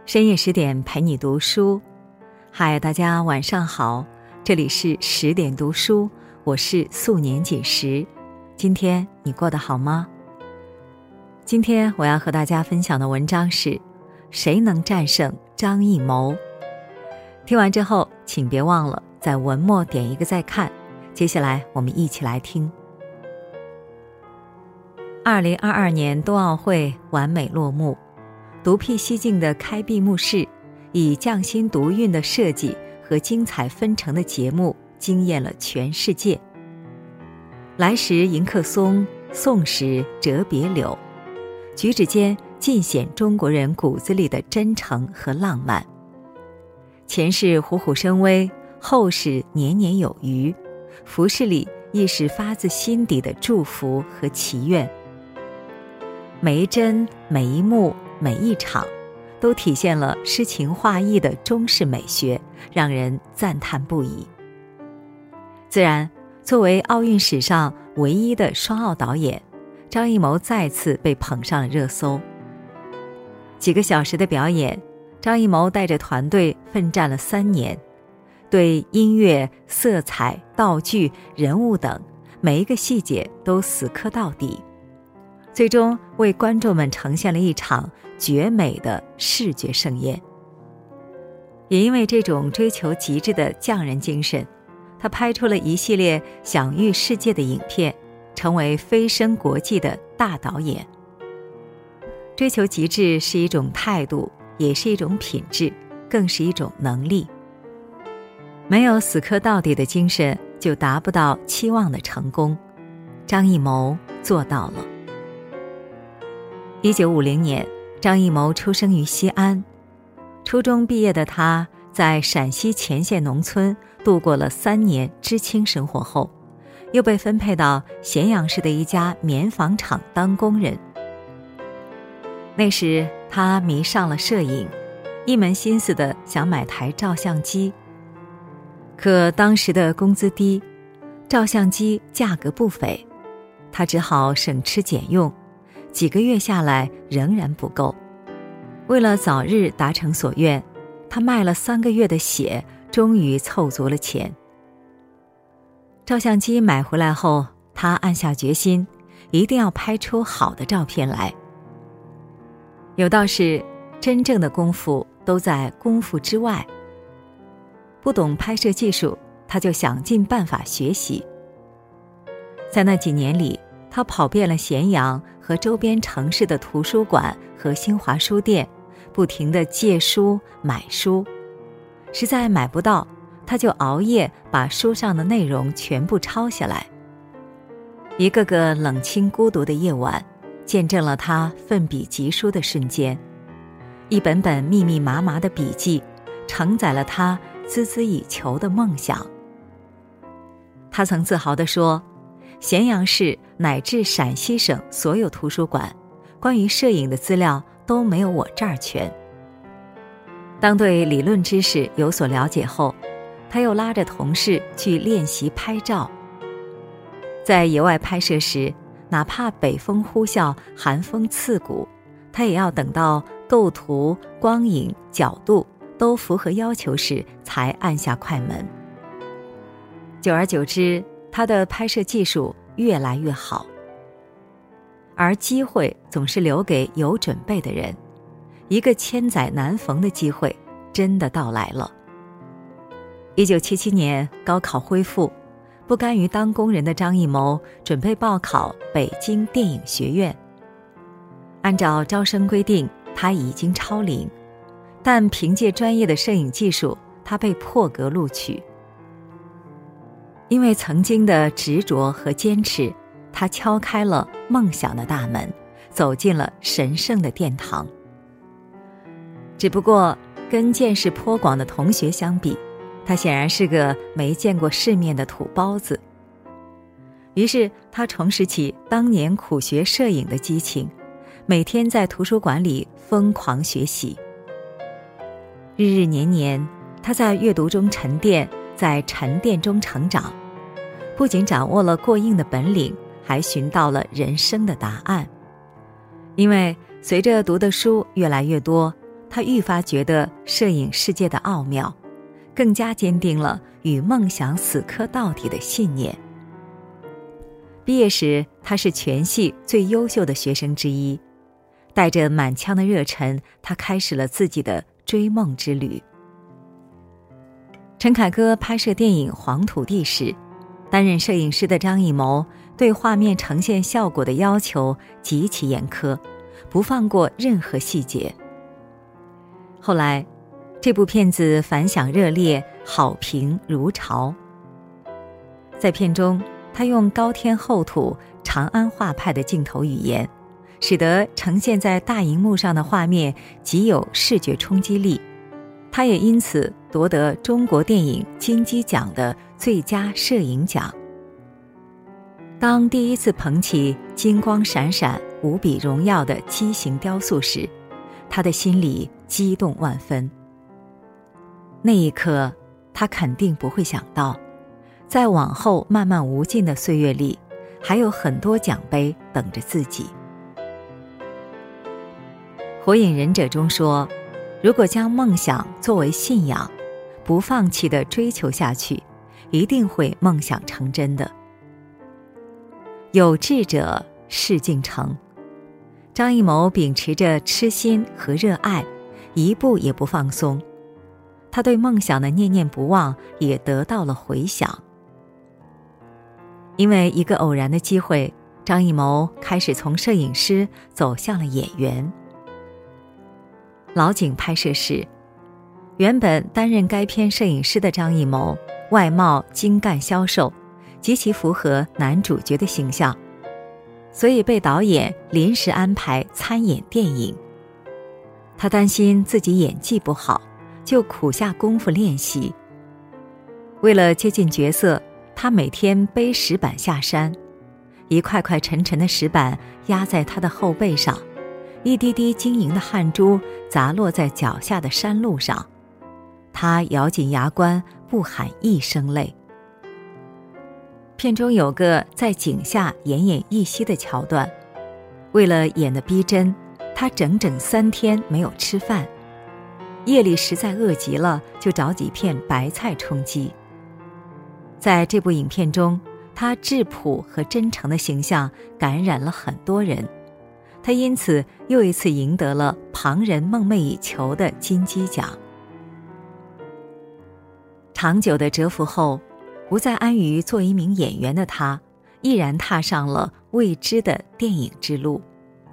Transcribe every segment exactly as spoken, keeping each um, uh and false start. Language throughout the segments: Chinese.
深夜十点陪你读书。嗨，大家晚上好，这里是十点读书，我是素年锦时。今天你过得好吗？今天我要和大家分享的文章是谁能战胜张艺谋。听完之后请别忘了在文末点一个再看。接下来我们一起来听。二零二二年冬奥会完美落幕，独辟蹊径的开闭幕式，以匠心独运的设计和精彩纷呈的节目惊艳了全世界。来时迎客松，送时折别柳，举止间尽显中国人骨子里的真诚和浪漫。前世虎虎生威，后世年年有余，服饰里亦是发自心底的祝福和祈愿。每一帧每一幕每一场都体现了诗情画意的中式美学，让人赞叹不已。自然，作为奥运史上唯一的双奥导演，张艺谋再次被捧上了热搜。几个小时的表演，张艺谋带着团队奋战了三年，对音乐、色彩、道具、人物等每一个细节都死磕到底，最终为观众们呈现了一场绝美的视觉盛宴。也因为这种追求极致的匠人精神，他拍出了一系列享誉世界的影片，成为飞升国际的大导演。追求极致是一种态度，也是一种品质，更是一种能力。没有死磕到底的精神，就达不到期望的成功。张艺谋做到了。一九五零年，张艺谋出生于西安。初中毕业的他，在陕西乾县农村度过了三年知青生活后，又被分配到咸阳市的一家棉纺厂当工人。那时他迷上了摄影，一门心思地想买台照相机。可当时的工资低，照相机价格不菲，他只好省吃俭用，几个月下来仍然不够。为了早日达成所愿，他卖了三个月的血，终于凑足了钱。照相机买回来后，他暗下决心，一定要拍出好的照片来。有道是，真正的功夫都在功夫之外。不懂拍摄技术，他就想尽办法学习。在那几年里，他跑遍了咸阳和周边城市的图书馆和新华书店，不停地借书买书。实在买不到，他就熬夜把书上的内容全部抄下来。一个个冷清孤独的夜晚，见证了他奋笔疾书的瞬间。一本本密密麻麻的笔记，承载了他孜孜以求的梦想。他曾自豪地说，咸阳市乃至陕西省所有图书馆，关于摄影的资料都没有我这儿全。当对理论知识有所了解后，他又拉着同事去练习拍照。在野外拍摄时，哪怕北风呼啸，寒风刺骨，他也要等到构图、光影、角度都符合要求时才按下快门。久而久之，他的拍摄技术越来越好。而机会总是留给有准备的人，一个千载难逢的机会真的到来了。一九七七年高考恢复，不甘于当工人的张艺谋准备报考北京电影学院。按照招生规定，他已经超龄，但凭借专业的摄影技术，他被破格录取。因为曾经的执着和坚持，他敲开了梦想的大门，走进了神圣的殿堂。只不过跟见识颇广的同学相比，他显然是个没见过世面的土包子。于是他重拾起当年苦学摄影的激情，每天在图书馆里疯狂学习。日日年年，他在阅读中沉淀，在沉淀中成长，不仅掌握了过硬的本领，还寻到了人生的答案。因为随着读的书越来越多， 他愈发觉得摄影世界的奥妙，更加坚定了与梦想死磕到底的信念。毕业时，他是全系最优秀的学生之一，带着满腔的热忱，他开始了自己的追梦之旅。陈凯歌拍摄电影《黄土地》时，担任摄影师的张艺谋对画面呈现效果的要求极其严苛，不放过任何细节。后来，这部片子反响热烈，好评如潮。在片中，他用高天厚土、长安画派的镜头语言，使得呈现在大荧幕上的画面极有视觉冲击力。他也因此夺得中国电影金鸡奖的最佳摄影奖。当第一次捧起金光闪闪、无比荣耀的畸形雕塑时，他的心里激动万分。那一刻，他肯定不会想到，在往后漫漫无尽的岁月里，还有很多奖杯等着自己。火影忍者中说，如果将梦想作为信仰，不放弃地追求下去，一定会梦想成真的。有志者事竟成。张艺谋秉持着痴心和热爱，一步也不放松。他对梦想的念念不忘也得到了回响。因为一个偶然的机会，张艺谋开始从摄影师走向了演员。老井拍摄时，原本担任该片摄影师的张艺谋，外貌精干消瘦，极其符合男主角的形象，所以被导演临时安排参演电影。他担心自己演技不好，就苦下功夫练习。为了接近角色，他每天背石板下山，一块块沉沉的石板压在他的后背上，一滴滴晶莹的汗珠砸落在脚下的山路上，他咬紧牙关，不含一声泪。片中有个在井下奄奄一息的桥段，为了演得逼真，他整整三天没有吃饭，夜里实在饿极了，就找几片白菜充饥。在这部影片中，他质朴和真诚的形象感染了很多人，他因此又一次赢得了旁人梦寐以求的金鸡奖。长久的蛰伏后，不再安于做一名演员的他，毅然踏上了未知的电影之路。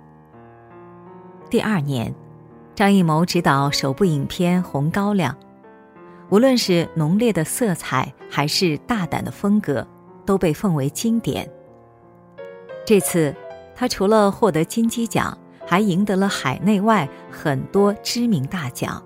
第二年，张艺谋执导首部影片《红高粱》，无论是浓烈的色彩还是大胆的风格，都被奉为经典。这次他除了获得金鸡奖，还赢得了海内外很多知名大奖。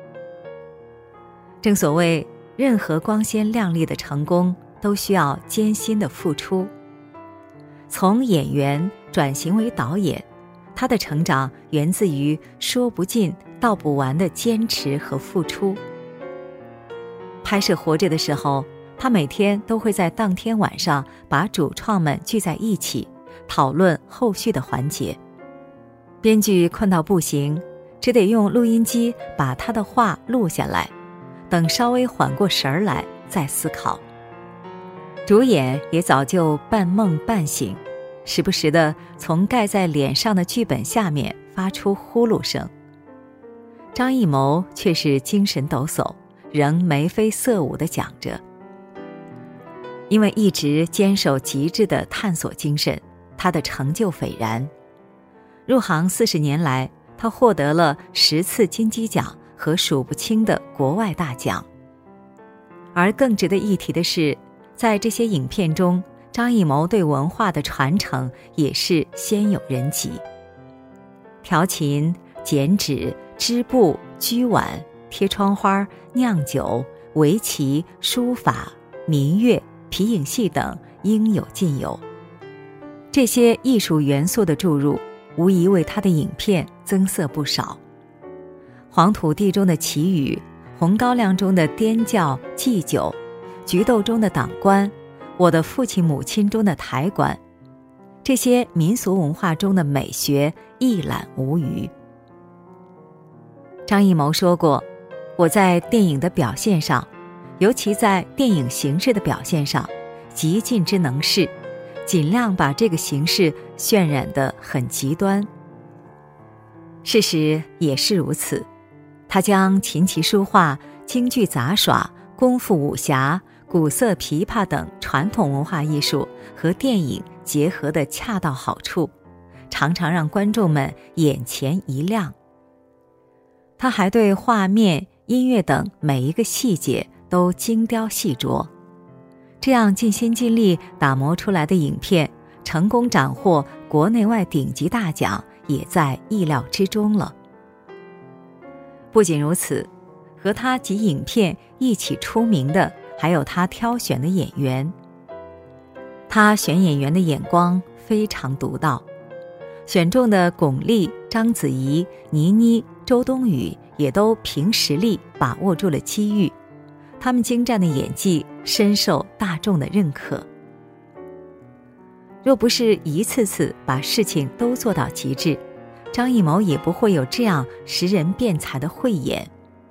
正所谓，任何光鲜亮丽的成功都需要艰辛的付出。从演员转型为导演，他的成长源自于说不尽道不完的坚持和付出。拍摄《活着》的时候，他每天都会在当天晚上把主创们聚在一起，讨论后续的环节。编剧困到不行，只得用录音机把他的话录下来，等稍微缓过神儿来再思考。主演也早就半梦半醒，时不时地从盖在脸上的剧本下面发出呼噜声。张艺谋却是精神抖擞，仍眉飞色舞地讲着。因为一直坚守极致的探索精神，他的成就斐然。入行四十年来，他获得了十次金鸡奖和数不清的国外大奖。而更值得一提的是，在这些影片中，张艺谋对文化的传承也是先有人及。调琴、剪纸、织布、锔碗、贴窗花、酿酒、围棋、书法、民乐、皮影戏等应有尽有。这些艺术元素的注入，无疑为他的影片增色不少。黄土地中的祈雨，红高粱中的颠教祭酒，菊豆中的党官，我的父亲母亲中的抬棺，这些民俗文化中的美学一览无余。 张艺谋说过，我在电影的表现上，尤其在电影形式的表现上，极尽之能事，尽量把这个形式渲染得很极端。事实也是如此，他将琴棋书画、京剧杂耍、功夫武侠、古色琵琶等传统文化艺术和电影结合得恰到好处，常常让观众们眼前一亮。他还对画面、音乐等每一个细节都精雕细琢，这样尽心尽力打磨出来的影片，成功斩获国内外顶级大奖，也在意料之中了。不仅如此，和他及影片一起出名的还有他挑选的演员。他选演员的眼光非常独到，选中的巩俐、章子怡、倪妮、周冬雨也都凭实力把握住了机遇，他们精湛的演技深受大众的认可。若不是一次次把事情都做到极致，张艺谋也不会有这样识人辩才的慧眼。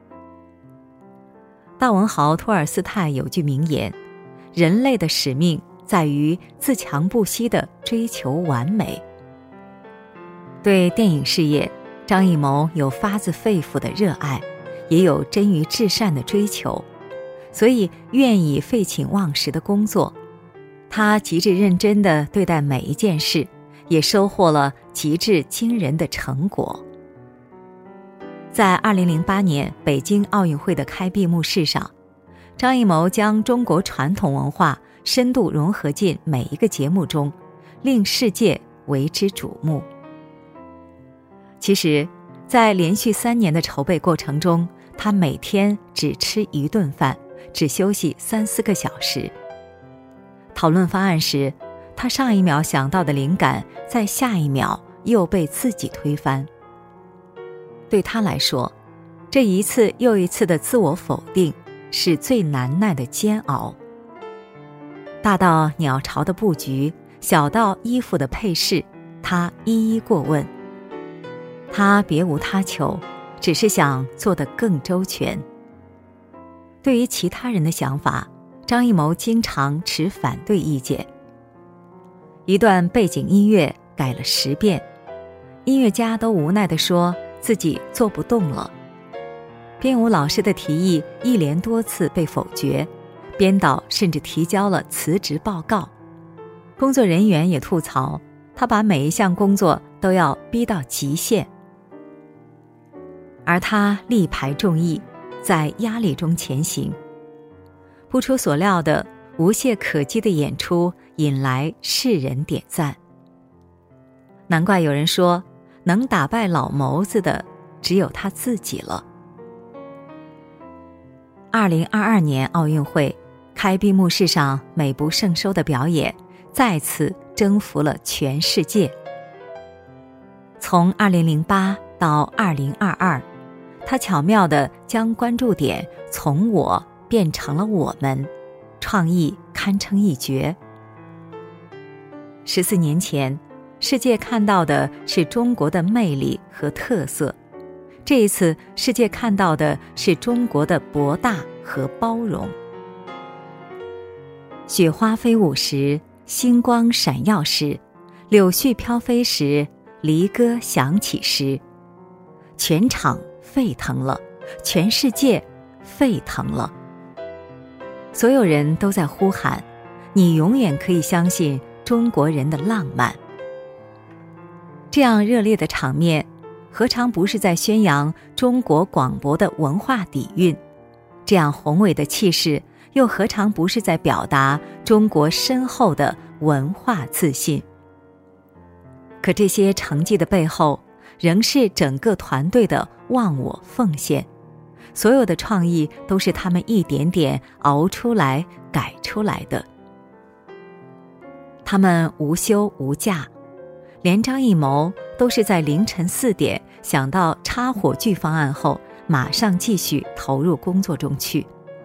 大文豪托尔斯泰有句名言，人类的使命在于自强不息地追求完美。对电影事业，张艺谋有发自肺腑的热爱，也有臻于至善的追求，所以愿意废寝忘食的工作。他极致认真地对待每一件事，也收获了极致惊人的成果。在二零零八年北京奥运会的开闭幕式上，张艺谋将中国传统文化深度融合进每一个节目中，令世界为之瞩目。其实，在连续三年的筹备过程中，他每天只吃一顿饭，只休息三四个小时。讨论方案时，他上一秒想到的灵感，在下一秒又被自己推翻。对他来说，这一次又一次的自我否定是最难耐的煎熬。大到鸟巢的布局，小到衣服的配饰，他一一过问。他别无他求，只是想做得更周全。对于其他人的想法，张艺谋经常持反对意见。一段背景音乐改了十遍，音乐家都无奈地说自己做不动了。编舞老师的提议一连多次被否决，编导甚至提交了辞职报告。工作人员也吐槽，他把每一项工作都要逼到极限。而他力排众议，在压力中前行。不出所料的无懈可击的演出引来世人点赞。难怪有人说，能打败老谋子的只有他自己了。二零二二年奥运会开闭幕式上美不胜收的表演，再次征服了全世界。从二零零八到二零二二，他巧妙地将关注点从我变成了我们，创意堪称一绝。十四年前，世界看到的是中国的魅力和特色，这一次世界看到的是中国的博大和包容。雪花飞舞时，星光闪耀时，柳絮飘飞时，离歌响起时，全场沸腾了，全世界沸腾了。所有人都在呼喊，你永远可以相信中国人的浪漫。这样热烈的场面，何尝不是在宣扬中国广博的文化底蕴？这样宏伟的气势，又何尝不是在表达中国深厚的文化自信？可这些成绩的背后，仍是整个团队的忘我奉献。所有的创意都是他们一点点熬出来、改出来的。他们无休无假，连张艺谋都是在凌晨四点想到插火炬方案后，马上继续投入工作中去。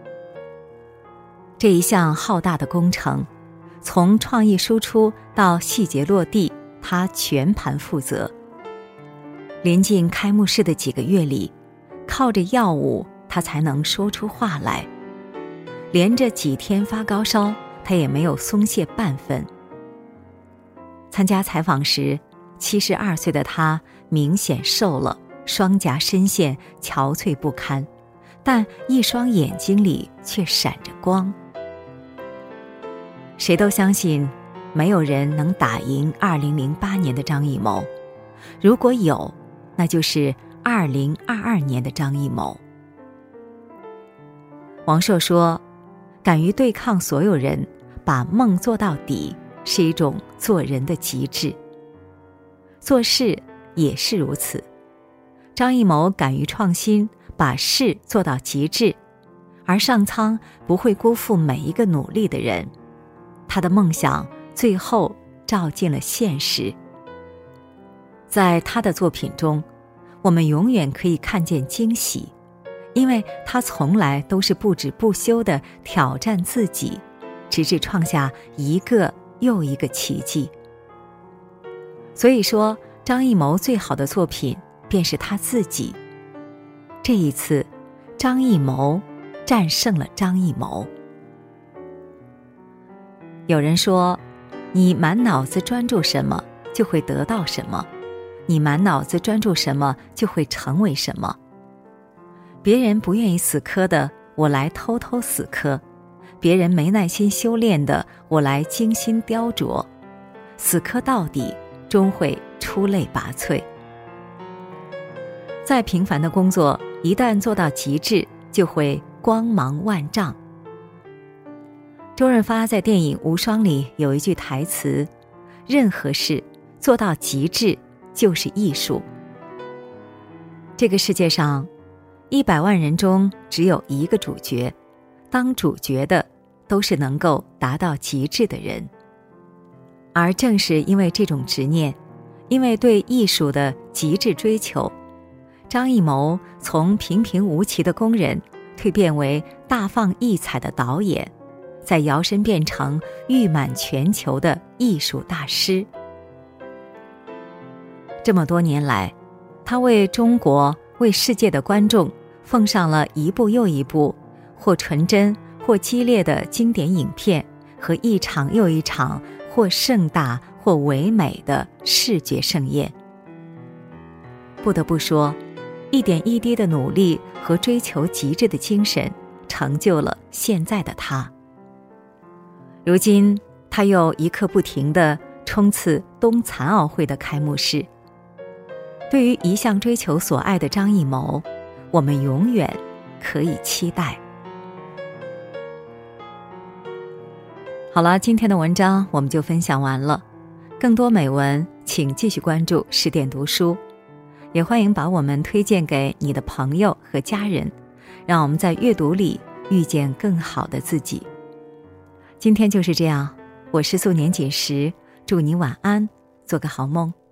这一项浩大的工程，从创意输出到细节落地，他全盘负责。临近开幕式的几个月里， 靠着药物他才能说出话来，连着几天发高烧，他也没有松懈半分。参加采访时，七十二岁的他明显瘦了，双颊深陷，憔悴不堪，但一双眼睛里却闪着光。谁都相信没有人能打赢二零零八年的张艺谋，如果有，那就是二零二二年的张艺谋。王朔说，敢于对抗所有人，把梦做到底，是一种做人的极致。做事也是如此，张艺谋敢于创新，把事做到极致，而上苍不会辜负每一个努力的人，他的梦想最后照进了现实。在他的作品中，我们永远可以看见惊喜，因为他从来都是不止不休地挑战自己，直至创下一个又一个奇迹。所以说，张艺谋最好的作品便是他自己。这一次，张艺谋战胜了张艺谋。有人说，你满脑子专注什么，就会得到什么；你满脑子专注什么，就会成为什么。别人不愿意死磕的，我来偷偷死磕；别人没耐心修炼的，我来精心雕琢。死磕到底，终会出类拔萃。再平凡的工作，一旦做到极致，就会光芒万丈。周润发在电影《无双》里有一句台词，任何事做到极致就是艺术。这个世界上一百万人中只有一个主角，当主角的都是能够达到极致的人。而正是因为这种执念，因为对艺术的极致追求，张艺谋从平平无奇的工人蜕变为大放异彩的导演，再摇身变成誉满全球的艺术大师。这么多年来，他为中国、为世界的观众奉上了一部又一部或纯真或激烈的经典影片，和一场又一场或盛大或唯美的视觉盛宴。不得不说，一点一滴的努力和追求极致的精神，成就了现在的他。如今，他又一刻不停地冲刺冬残奥会的开幕式。对于一向追求所爱的张艺谋，我们永远可以期待。好了，今天的文章我们就分享完了。更多美文，请继续关注十点读书，也欢迎把我们推荐给你的朋友和家人，让我们在阅读里遇见更好的自己。今天就是这样，我是素年锦时，祝你晚安，做个好梦。